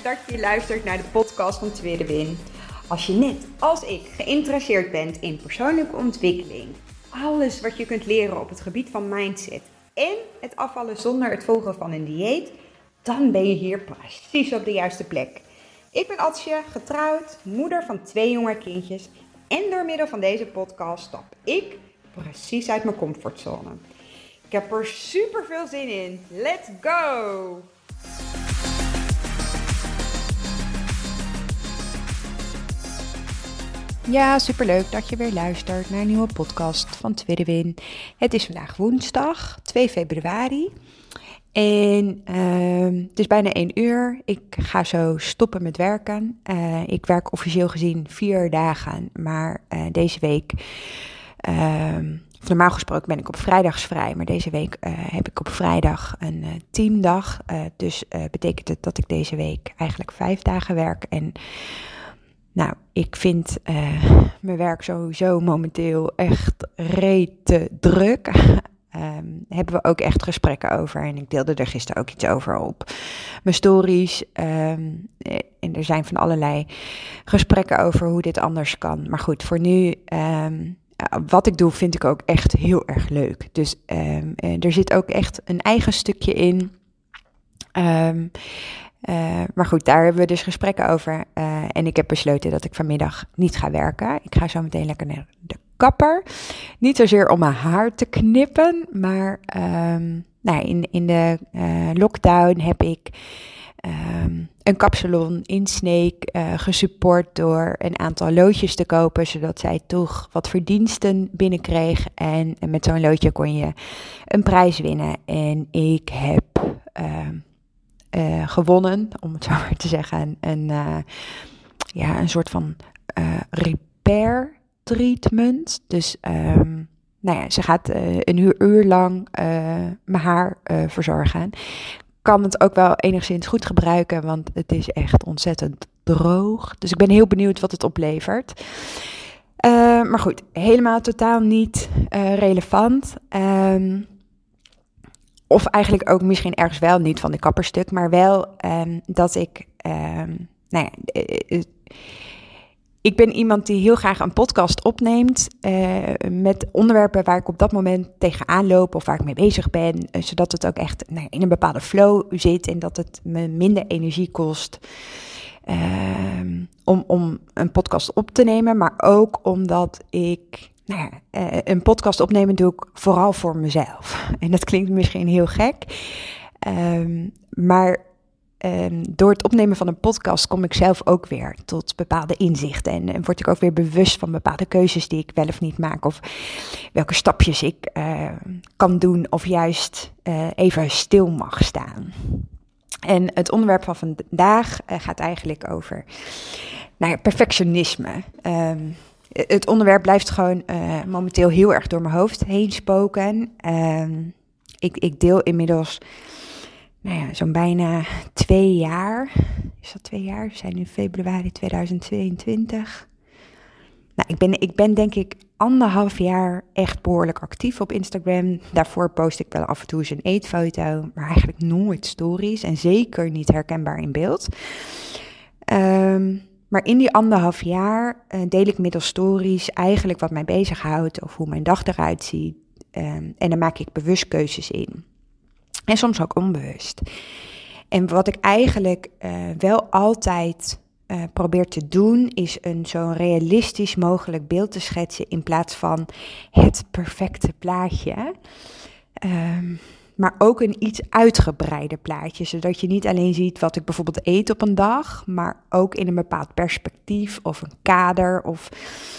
dat je luistert naar de podcast van Tweede Win. Als je net als ik geïnteresseerd bent in persoonlijke ontwikkeling, alles wat je kunt leren op het gebied van mindset en het afvallen zonder het volgen van een dieet, dan ben je hier precies op de juiste plek. Ik ben Atsje, getrouwd, moeder van 2 jonge kindjes en door middel van deze podcast stap ik precies uit mijn comfortzone. Ik heb er super veel zin in. Let's go! Ja, superleuk dat je weer luistert naar een nieuwe podcast van Tweede Win. Het is vandaag woensdag, 2 februari. En het is bijna 1 uur. Ik ga zo stoppen met werken. Ik werk officieel gezien 4 dagen, maar deze week... normaal gesproken ben ik op vrijdags vrij, maar deze week heb ik op vrijdag een teamdag. Dus betekent het dat ik deze week eigenlijk 5 dagen werk. En nou, ik vind mijn werk sowieso momenteel echt rete druk. Hebben we ook echt gesprekken over. En ik deelde er gisteren ook iets over op mijn stories. En er zijn van allerlei gesprekken over hoe dit anders kan. Maar goed, voor nu... wat ik doe vind ik ook echt heel erg leuk. Dus er zit ook echt een eigen stukje in. Maar goed, daar hebben we dus gesprekken over. En ik heb besloten dat ik vanmiddag niet ga werken. Ik ga zo meteen lekker naar de kapper. Niet zozeer om mijn haar te knippen. Maar in de lockdown heb ik... een kapsalon in Sneek gesupport door een aantal loodjes te kopen, zodat zij toch wat verdiensten binnenkreeg. En met zo'n loodje kon je een prijs winnen. En ik heb gewonnen, om het zo maar te zeggen, een soort van repair treatment. Dus ze gaat een uur lang mijn haar verzorgen. Kan het ook wel enigszins goed gebruiken, want het is echt ontzettend droog. Dus ik ben heel benieuwd wat het oplevert. Maar goed, helemaal totaal niet relevant. Of eigenlijk ook misschien ergens wel niet van de kapperstuk, maar wel dat ik... Ik ben iemand die heel graag een podcast opneemt met onderwerpen waar ik op dat moment tegenaan loop of waar ik mee bezig ben. Zodat het ook echt in een bepaalde flow zit en dat het me minder energie kost om een podcast op te nemen. Maar ook omdat ik een podcast opnemen doe ik vooral voor mezelf. En dat klinkt misschien heel gek, maar... door het opnemen van een podcast kom ik zelf ook weer tot bepaalde inzichten. En word ik ook weer bewust van bepaalde keuzes die ik wel of niet maak. Of welke stapjes ik kan doen of juist even stil mag staan. En het onderwerp van vandaag gaat eigenlijk over perfectionisme. Het onderwerp blijft gewoon momenteel heel erg door mijn hoofd heen spoken. Ik deel inmiddels... zo'n bijna 2 jaar. Is dat 2 jaar? We zijn nu februari 2022. Ik ben denk ik 1,5 jaar echt behoorlijk actief op Instagram. Daarvoor post ik wel af en toe eens een eetfoto, maar eigenlijk nooit stories. En zeker niet herkenbaar in beeld. Maar in die 1,5 jaar deel ik middels stories eigenlijk wat mij bezighoudt of hoe mijn dag eruit ziet. En daar maak ik bewust keuzes in. En soms ook onbewust. En wat ik eigenlijk wel altijd probeer te doen, is een zo realistisch mogelijk beeld te schetsen in plaats van het perfecte plaatje. Maar ook een iets uitgebreider plaatje, zodat je niet alleen ziet wat ik bijvoorbeeld eet op een dag, maar ook in een bepaald perspectief of een kader of...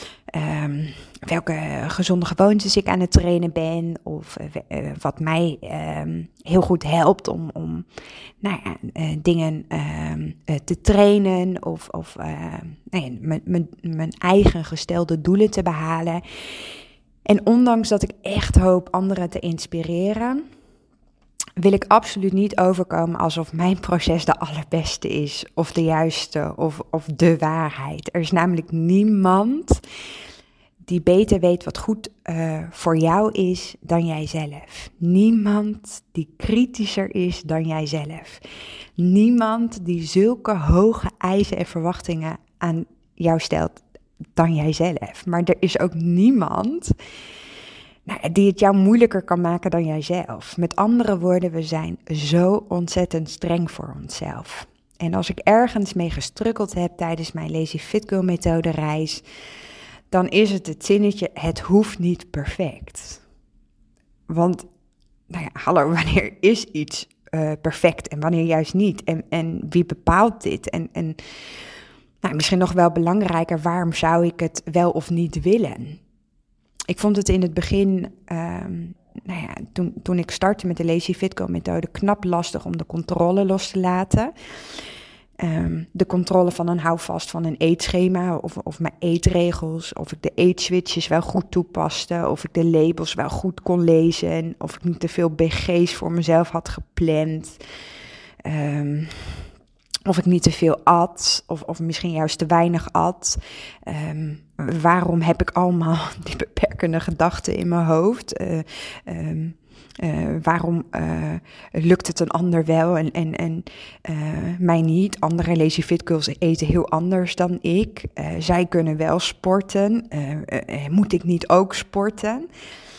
welke gezonde gewoontes ik aan het trainen ben of wat mij heel goed helpt om dingen te trainen of mijn eigen gestelde doelen te behalen. En ondanks dat ik echt hoop anderen te inspireren, wil ik absoluut niet overkomen alsof mijn proces de allerbeste is of de juiste of de waarheid. Er is namelijk niemand die beter weet wat goed voor jou is dan jijzelf. Niemand die kritischer is dan jijzelf. Niemand die zulke hoge eisen en verwachtingen aan jou stelt dan jijzelf. Maar er is ook niemand die het jou moeilijker kan maken dan jijzelf. Met andere woorden, we zijn zo ontzettend streng voor onszelf. En als ik ergens mee gestrukkeld heb tijdens mijn Lazy Fit Girl methode reis, dan is het zinnetje, het hoeft niet perfect. Want, hallo, wanneer is iets perfect en wanneer juist niet? En wie bepaalt dit? En misschien nog wel belangrijker, waarom zou ik het wel of niet willen? Ik vond het in het begin, toen ik startte met de Lazy Fit Girl methode, knap lastig om de controle los te laten. De controle van een houvast van een eetschema of mijn eetregels, of ik de eetswitches wel goed toepaste, of ik de labels wel goed kon lezen, of ik niet te veel BG's voor mezelf had gepland, of ik niet te veel at, of misschien juist te weinig at. Waarom heb ik allemaal die beperkende gedachten in mijn hoofd? Waarom lukt het een ander wel en mij niet? Andere Lazy Fit Girls eten heel anders dan ik. Zij kunnen wel sporten. Moet ik niet ook sporten?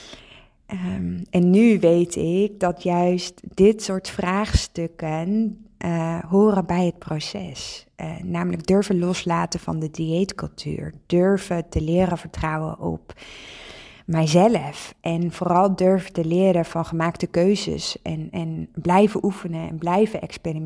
En nu weet ik dat juist dit soort vraagstukken horen bij het proces. Namelijk durven loslaten van de dieetcultuur. Durven te leren vertrouwen op mijzelf. En vooral durven te leren van gemaakte keuzes. En blijven oefenen en blijven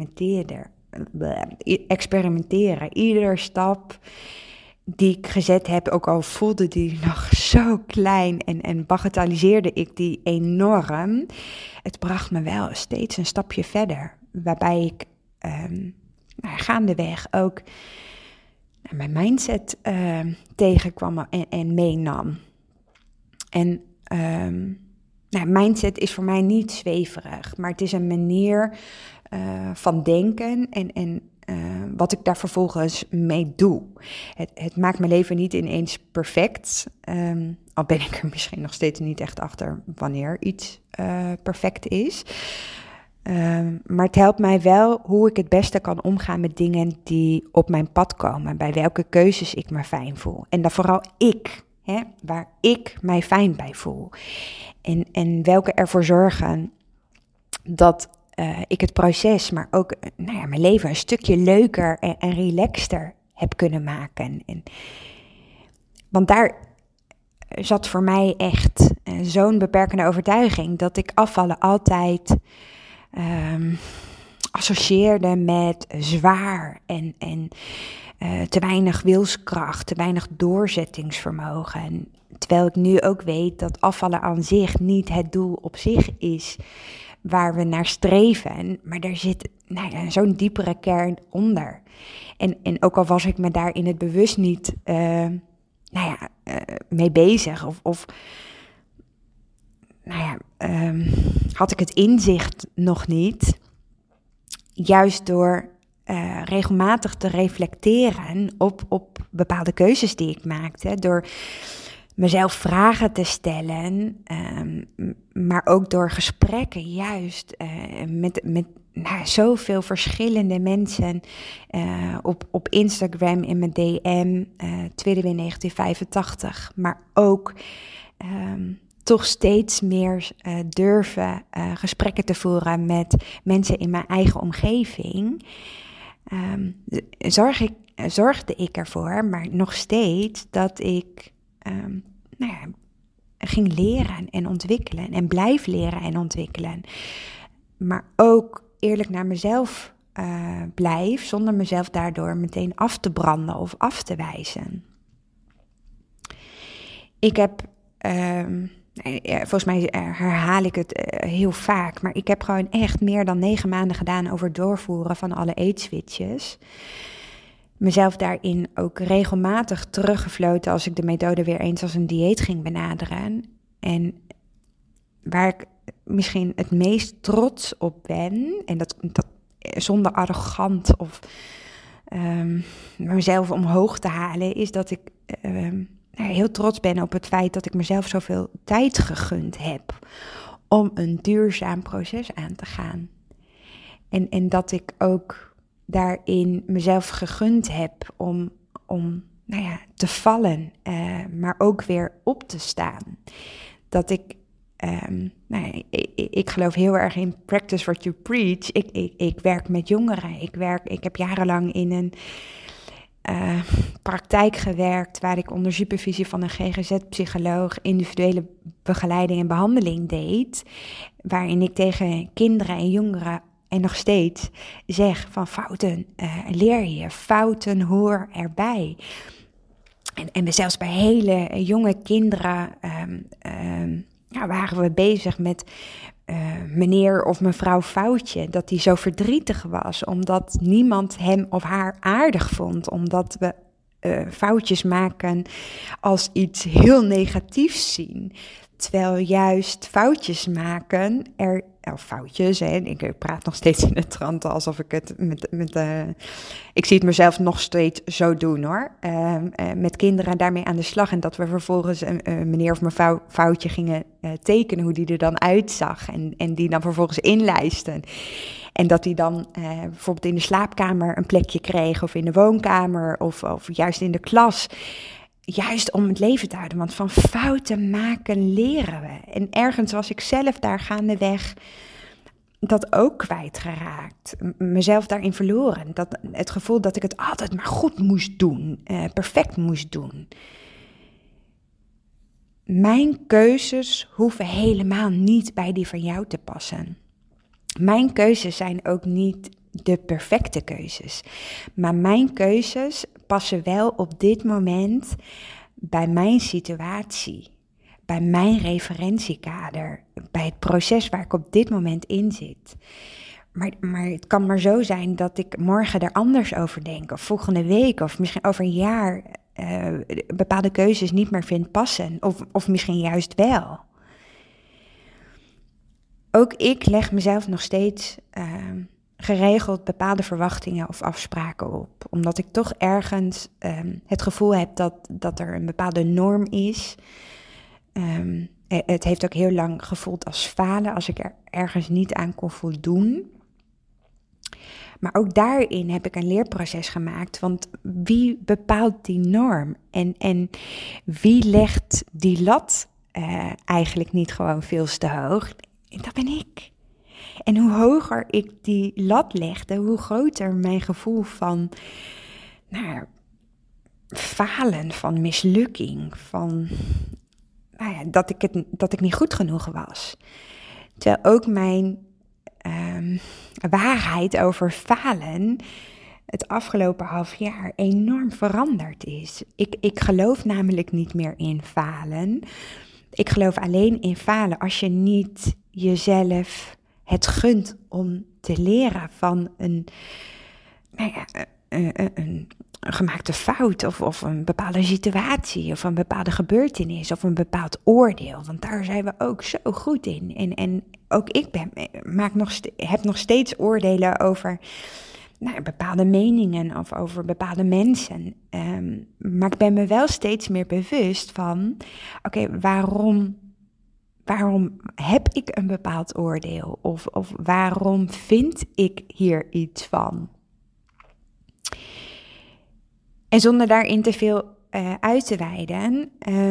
experimenteren. Iedere stap die ik gezet heb, ook al voelde die nog zo klein en bagatelliseerde ik die enorm, het bracht me wel steeds een stapje verder. Waarbij ik gaandeweg ook mijn mindset tegenkwam en meenam. En mindset is voor mij niet zweverig, maar het is een manier van denken en wat ik daar vervolgens mee doe. Het maakt mijn leven niet ineens perfect, al ben ik er misschien nog steeds niet echt achter wanneer iets perfect is. Maar het helpt mij wel hoe ik het beste kan omgaan met dingen die op mijn pad komen, bij welke keuzes ik me fijn voel. En dan vooral ik. Waar ik mij fijn bij voel. En welke ervoor zorgen dat ik het proces, maar ook mijn leven een stukje leuker en relaxter heb kunnen maken. Want daar zat voor mij echt zo'n beperkende overtuiging dat ik afvallen altijd associeerde met zwaar en te weinig wilskracht, te weinig doorzettingsvermogen. Terwijl ik nu ook weet dat afvallen aan zich niet het doel op zich is waar we naar streven. Maar daar zit zo'n diepere kern onder. En ook al was ik me daar in het bewust niet mee bezig of had ik het inzicht nog niet, juist door regelmatig te reflecteren op bepaalde keuzes die ik maakte, door mezelf vragen te stellen, maar ook door gesprekken juist met zoveel verschillende mensen op Instagram in mijn DM, Twitter in 1985, maar ook toch steeds meer durven gesprekken te voeren met mensen in mijn eigen omgeving, zorgde ik ervoor, maar nog steeds, dat ik ging leren en ontwikkelen en blijf leren en ontwikkelen. Maar ook eerlijk naar mezelf blijf, zonder mezelf daardoor meteen af te branden of af te wijzen. Ik heb, volgens mij herhaal ik het heel vaak, maar ik heb gewoon echt meer dan 9 maanden gedaan over doorvoeren van alle eetswitches. Mezelf daarin ook regelmatig teruggefloten als ik de methode weer eens als een dieet ging benaderen. En waar ik misschien het meest trots op ben, en dat zonder arrogant of mezelf omhoog te halen, is dat ik heel trots ben op het feit dat ik mezelf zoveel tijd gegund heb om een duurzaam proces aan te gaan. En dat ik ook daarin mezelf gegund heb om te vallen, maar ook weer op te staan. Dat ik geloof heel erg in practice what you preach. Ik werk met jongeren. Ik heb jarenlang in een praktijk gewerkt waar ik onder supervisie van een GGZ-psycholoog individuele begeleiding en behandeling deed. Waarin ik tegen kinderen en jongeren en nog steeds zeg van fouten leer je, fouten hoor erbij. En we zelfs bij hele jonge kinderen waren we bezig met meneer of mevrouw Foutje. Dat die zo verdrietig was, omdat niemand hem of haar aardig vond. Omdat we foutjes maken als iets heel negatiefs zien. Terwijl juist foutjes maken foutjes, hè, ik praat nog steeds in het trant alsof ik het ik zie het mezelf nog steeds zo doen hoor. Met kinderen daarmee aan de slag en dat we vervolgens een meneer of mevrouw Foutje gingen tekenen hoe die er dan uitzag en die dan vervolgens inlijsten. En dat die dan bijvoorbeeld in de slaapkamer een plekje kreeg of in de woonkamer of juist in de klas. Juist om het leven te houden, want van fouten maken leren we. En ergens was ik zelf daar gaandeweg dat ook kwijtgeraakt. Mezelf daarin verloren. Het gevoel dat ik het altijd maar goed moest doen, perfect moest doen. Mijn keuzes hoeven helemaal niet bij die van jou te passen. Mijn keuzes zijn ook niet de perfecte keuzes. Maar mijn keuzes passen wel op dit moment bij mijn situatie, bij mijn referentiekader, bij het proces waar ik op dit moment in zit. Maar het kan maar zo zijn dat ik morgen er anders over denk, of volgende week, of misschien over een jaar bepaalde keuzes niet meer vind passen, of misschien juist wel. Ook ik leg mezelf nog steeds geregeld bepaalde verwachtingen of afspraken op. Omdat ik toch ergens het gevoel heb dat er een bepaalde norm is. Het heeft ook heel lang gevoeld als falen als ik er ergens niet aan kon voldoen. Maar ook daarin heb ik een leerproces gemaakt. Want wie bepaalt die norm? En wie legt die lat eigenlijk niet gewoon veel te hoog? Dat ben ik. En hoe hoger ik die lat legde, hoe groter mijn gevoel van falen, van mislukking, van dat ik niet goed genoeg was. Terwijl ook mijn waarheid over falen het afgelopen half jaar enorm veranderd is. Ik geloof namelijk niet meer in falen. Ik geloof alleen in falen als je niet jezelf het gunt om te leren van een gemaakte fout of een bepaalde situatie of een bepaalde gebeurtenis of een bepaald oordeel. Want daar zijn we ook zo goed in. En ook ik heb nog steeds oordelen over bepaalde meningen of over bepaalde mensen. Maar ik ben me wel steeds meer bewust van, oké, waarom heb ik een bepaald oordeel? Of waarom vind ik hier iets van? En zonder daarin te veel uit te wijden,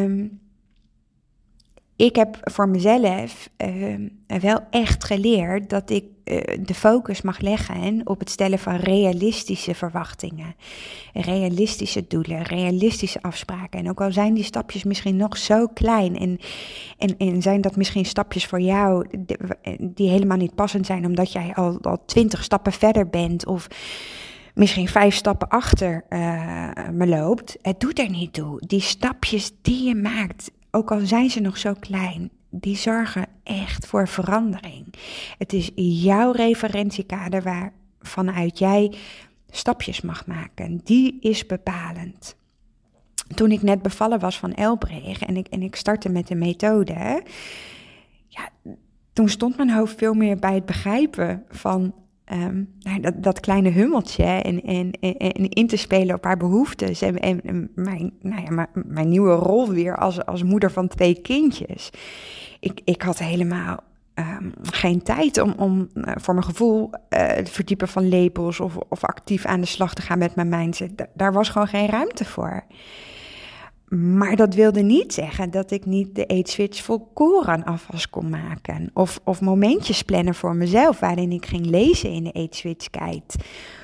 ik heb voor mezelf wel echt geleerd dat ik de focus mag leggen op het stellen van realistische verwachtingen. Realistische doelen, realistische afspraken. En ook al zijn die stapjes misschien nog zo klein en zijn dat misschien stapjes voor jou die helemaal niet passend zijn omdat jij al 20 stappen verder bent of misschien 5 stappen achter me loopt. Het doet er niet toe. Die stapjes die je maakt, ook al zijn ze nog zo klein, die zorgen echt voor verandering. Het is jouw referentiekader waarvanuit jij stapjes mag maken. Die is bepalend. Toen ik net bevallen was van Elbrich en ik startte met de methode, toen stond mijn hoofd veel meer bij het begrijpen van dat kleine hummeltje en in te spelen op haar behoeftes. En mijn nieuwe rol weer als moeder van 2 kindjes. Ik had helemaal geen tijd om voor mijn gevoel het verdiepen van labels of actief aan de slag te gaan met mijn mindset. Daar was gewoon geen ruimte voor. Maar dat wilde niet zeggen dat ik niet de eetswitch volkoren afwas kon maken. Of momentjes plannen voor mezelf waarin ik ging lezen in de eetswitch Guide.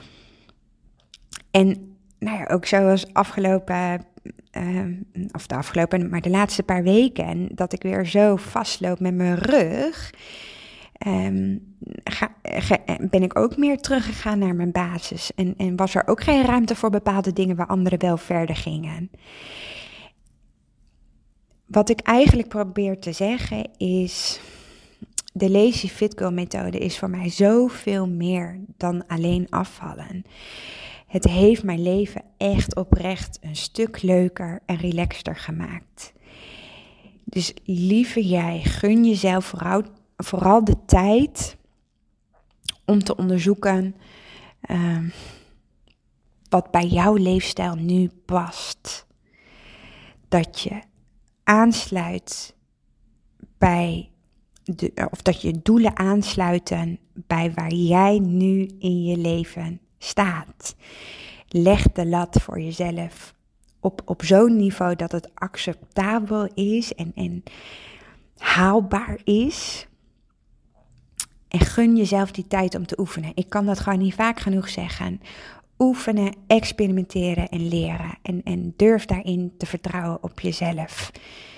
En ook zoals de laatste paar weken, dat ik weer zo vastloop met mijn rug, ben ik ook meer teruggegaan naar mijn basis. En was er ook geen ruimte voor bepaalde dingen waar anderen wel verder gingen. Wat ik eigenlijk probeer te zeggen is, de Lazy Fit Girl methode is voor mij zoveel meer dan alleen afvallen. Het heeft mijn leven echt oprecht een stuk leuker en relaxter gemaakt. Dus lieve jij, gun jezelf vooral de tijd om te onderzoeken wat bij jouw leefstijl nu past. Dat je aansluit dat je doelen aansluiten bij waar jij nu in je leven staat. Leg de lat voor jezelf op zo'n niveau dat het acceptabel is en haalbaar is. En gun jezelf die tijd om te oefenen. Ik kan dat gewoon niet vaak genoeg zeggen. Oefenen, experimenteren en leren. En durf daarin te vertrouwen op jezelf.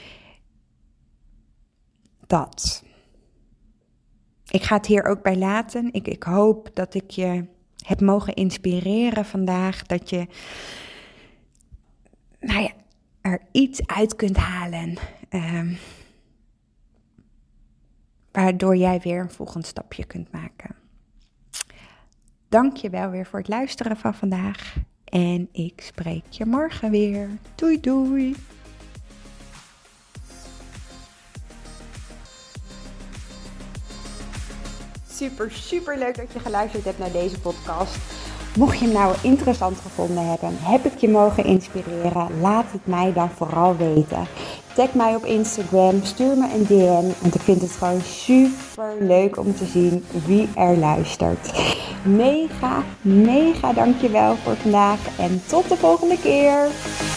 Dat. Ik ga het hier ook bij laten. Ik hoop dat ik je heb mogen inspireren vandaag. Dat je er iets uit kunt halen. Waardoor jij weer een volgend stapje kunt maken. Dank je wel weer voor het luisteren van vandaag. En ik spreek je morgen weer. Doei doei. Super leuk dat je geluisterd hebt naar deze podcast. Mocht je hem nou interessant gevonden hebben, heb ik je mogen inspireren, laat het mij dan vooral weten. Tag mij op Instagram, stuur me een DM, want ik vind het gewoon super leuk om te zien wie er luistert. Mega dankjewel voor vandaag en tot de volgende keer.